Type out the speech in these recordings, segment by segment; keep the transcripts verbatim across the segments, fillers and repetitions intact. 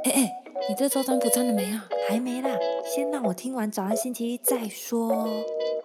哎哎，你这周占卜占了没啊？ 还没啦，先让我听完早安星期一再说。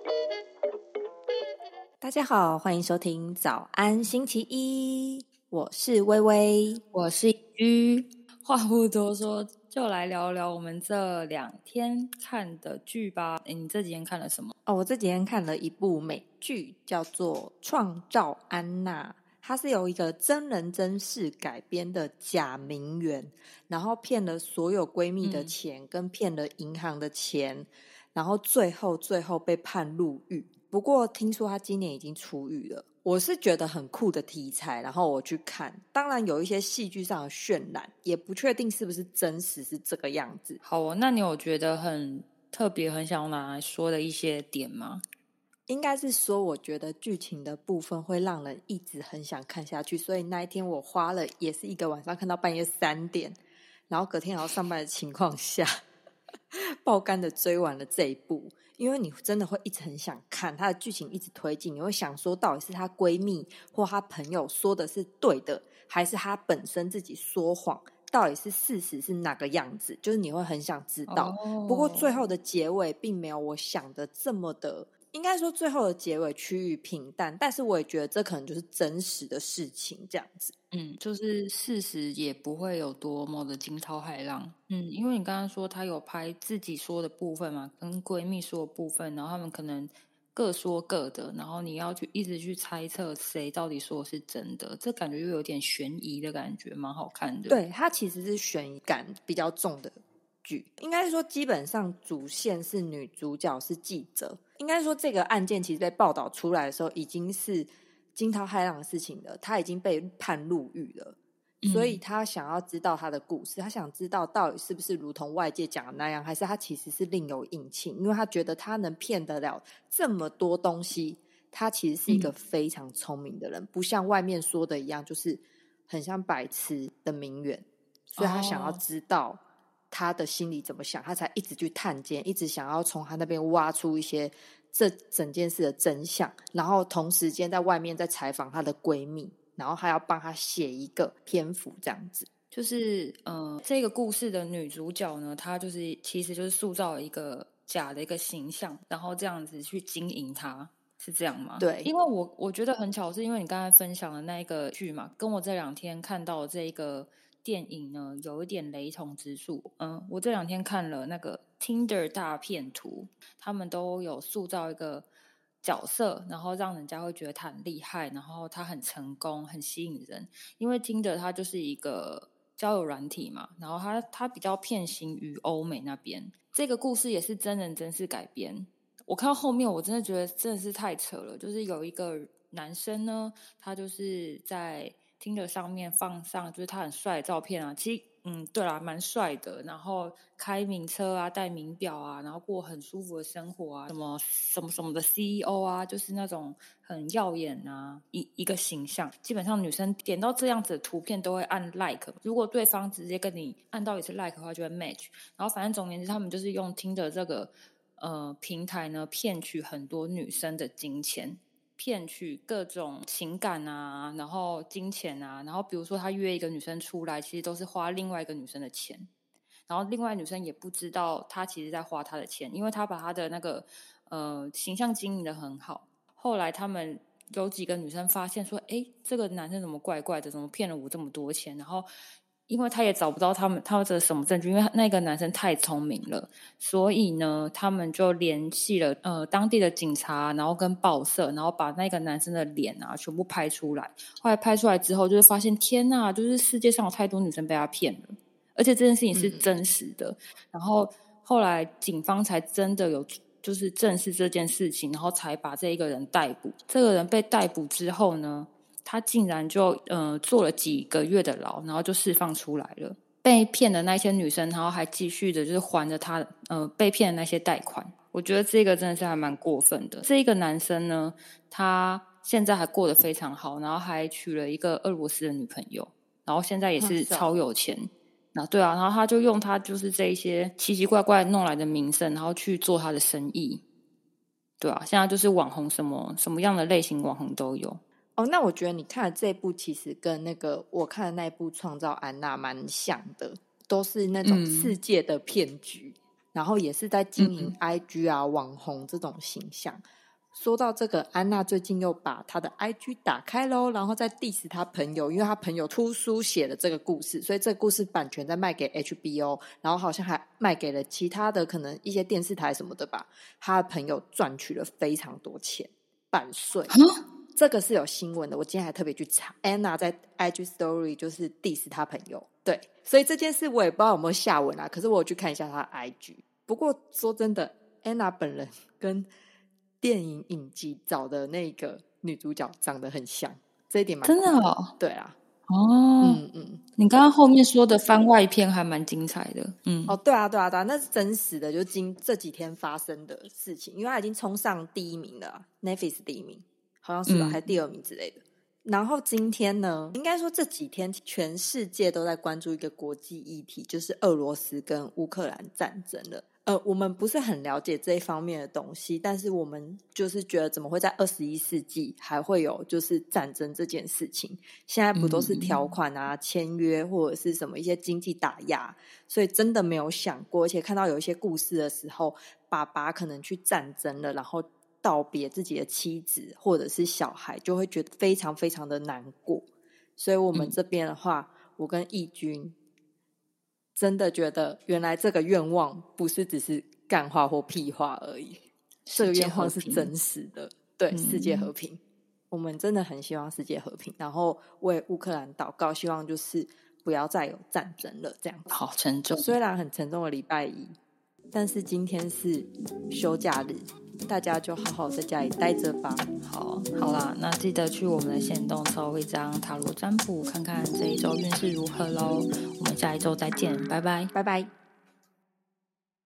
大家好，欢迎收听早安星期一，我是微微， 我是一居。话不多说，就来聊聊我们这两天看的剧吧。哎，你这几天看了什么？ 哦，我这几天看了一部美剧，叫做《创造安娜》，它是由一个真人真事改编的假名媛，然后骗了所有闺蜜的钱，嗯、跟骗了银行的钱，然后最后最后被判入狱。不过听说他今年已经出狱了，我是觉得很酷的题材，然后我去看，当然有一些戏剧上的渲染，也不确定是不是真实是这个样子。 好哦，那你有觉得很特别、很想拿来说的一些点吗？ 应该是说，我觉得剧情的部分会让人一直很想看下去，所以那一天我花了也是一个晚上看到半夜三点，然后隔天还要上班的情况下，爆肝的追完了这一部。因为你真的会一直很想看它的剧情一直推进，你会想说到底是她闺蜜或她朋友说的是对的，还是她本身自己说谎，到底是事实是哪个样子，就是你会很想知道。 哦、 不过最后的结尾并没有我想的这么的，应该说最后的结尾趋于平淡，但是我也觉得这可能就是真实的事情这样子。 嗯，就是事实也不会有多么的惊涛骇浪。嗯，因为你刚刚说他有拍自己说的部分嘛，跟闺蜜说的部分，然后他们可能各说各的，然后你要去一直去猜测谁到底说的是真的，这感觉又有点悬疑的感觉，蛮好看的。 对，它其实是悬疑感比较重的剧，应该是说基本上主线是女主角是记者，应该说这个案件其实被报道出来的时候已经是惊涛骇浪的事情了，他已经被判入狱了，所以他想要知道他的故事，他想知道到底是不是如同外界讲的那样，还是他其实是另有隐情，因为他觉得他能骗得了这么多东西，他其实是一个非常聪明的人，不像外面说的一样就是很像白痴的名媛，所以他想要知道他的心里怎么想，他才一直去探监，一直想要从他那边挖出一些这整件事的真相，然后同时间在外面在采访她的闺蜜，然后还要帮她写一个篇幅这样子。 就是呃，这个故事的女主角呢，她就是其实就是塑造了一个假的一个形象，然后这样子去经营它，是这样吗？ 对， 因为我我觉得很巧，是因为你刚才分享的那一个剧嘛，跟我这两天看到的这一个电影呢，有一点雷同之处。嗯，我这两天看了那个 Tinder 大片图，他们都有塑造一个角色，然后让人家会觉得他很厉害，然后他很成功，很吸引人。因为 Tinder 它就是一个交友软体嘛，然后它它比较偏心于欧美那边。这个故事也是真人真事改编。我看到后面，我真的觉得真的是太扯了。就是有一个男生呢，他就是在 Tinder 上面放上就是他很帅的照片啊，其实嗯，对啦，蛮帅的。然后开名车啊，戴名表啊，然后过很舒服的生活啊，什么什么什么的 C E O 啊，就是那种很耀眼啊，一一个形象。基本上女生点到这样子的图片都会按 like， 如果对方直接跟你按到也是 like 的话，就会 match。然后反正总而言之，他们就是用Tinder这个呃平台呢，骗取很多女生的金钱。骗取各种情感啊，然后金钱啊，然后比如说他约一个女生出来，其实都是花另外一个女生的钱，然后另外女生也不知道他其实在花他的钱，因为他把他的那个呃形象经营得很好。后来他们有几个女生发现说，哎，这个男生怎么怪怪的，怎么骗了我这么多钱？然后因为他也找不到他们他们这什么证据，因为那个男生太聪明了，所以呢，他们就联系了呃当地的警察，然后跟报社，然后把那个男生的脸啊全部拍出来。后来拍出来之后，就是发现天哪，就是世界上有太多女生被他骗了，而且这件事情是真实的。嗯、然后后来警方才真的有就是正视这件事情，然后才把这一个人逮捕。这个人被逮捕之后呢，他竟然就呃坐了几个月的牢，然后就释放出来了。被骗的那些女生，然后还继续的就是还着他呃被骗的那些贷款。我觉得这个真的是还蛮过分的。这一个男生呢，他现在还过得非常好，然后还娶了一个俄罗斯的女朋友，然后现在也是超有钱。嗯那对啊，然后他就用他就是这一些奇奇怪怪弄来的名声，然后去做他的生意。对啊，现在就是网红什么什么样的类型网红都有。 哦，那我觉得你看的这部其实跟那个我看的那部《创造安娜》蛮像的。 都是那种世界的骗局、嗯、然后也是在经营 I G 啊、嗯、网红这种形象。说到这个，安娜最近又把她的 I G 打开咯，然后再 diss 她朋友，因为她朋友出书写了这个故事，所以这个故事版权再卖给 H B O， 然后好像还卖给了其他的可能一些电视台什么的吧。她的朋友赚取了非常多钱，版税。这个是有新闻的，我今天还特别去查。安娜在 I G Story 就是 diss 她朋友，对，所以这件事我也不知道有没有下文啊。可是我有去看一下她的 I G。不过说真的，安娜本人跟电影影集找的那个女主角长得很像，这一点蛮真的哦。 对啊， 哦， 嗯嗯， 你刚刚后面说的番外篇还蛮精彩的，嗯， 哦，对啊对啊对啊，那是真实的，就今这几天发生的事情，因为她已经冲上第一名了、啊、Netflix 第一名，好像是吧、嗯、还是第二名之类的。然后今天呢，应该说这几天全世界都在关注一个国际议题，就是俄罗斯跟乌克兰战争了。呃，我们不是很了解这一方面的东西，但是我们就是觉得怎么会在二十一世纪还会有就是战争这件事情？现在不都是条款啊、签约或者是什么一些经济打压，所以真的没有想过。而且看到有一些故事的时候，爸爸可能去战争了，然后道别自己的妻子或者是小孩，就会觉得非常非常的难过。所以我们这边的话、嗯、我跟义军真的觉得原来这个愿望不是只是干话或屁话而已，这个愿望是真实的。对、嗯，世界和平，我们真的很希望世界和平，然后为乌克兰祷告，希望就是不要再有战争了，这样子。 好沉重， 虽然很沉重的礼拜一，但是今天是休假日，大家就好好在家里待着吧。 好，好啦，那记得去我们的限动抽一张塔罗占卜，看看这一周运势如何咯。我们下一周再见，拜拜， 拜拜。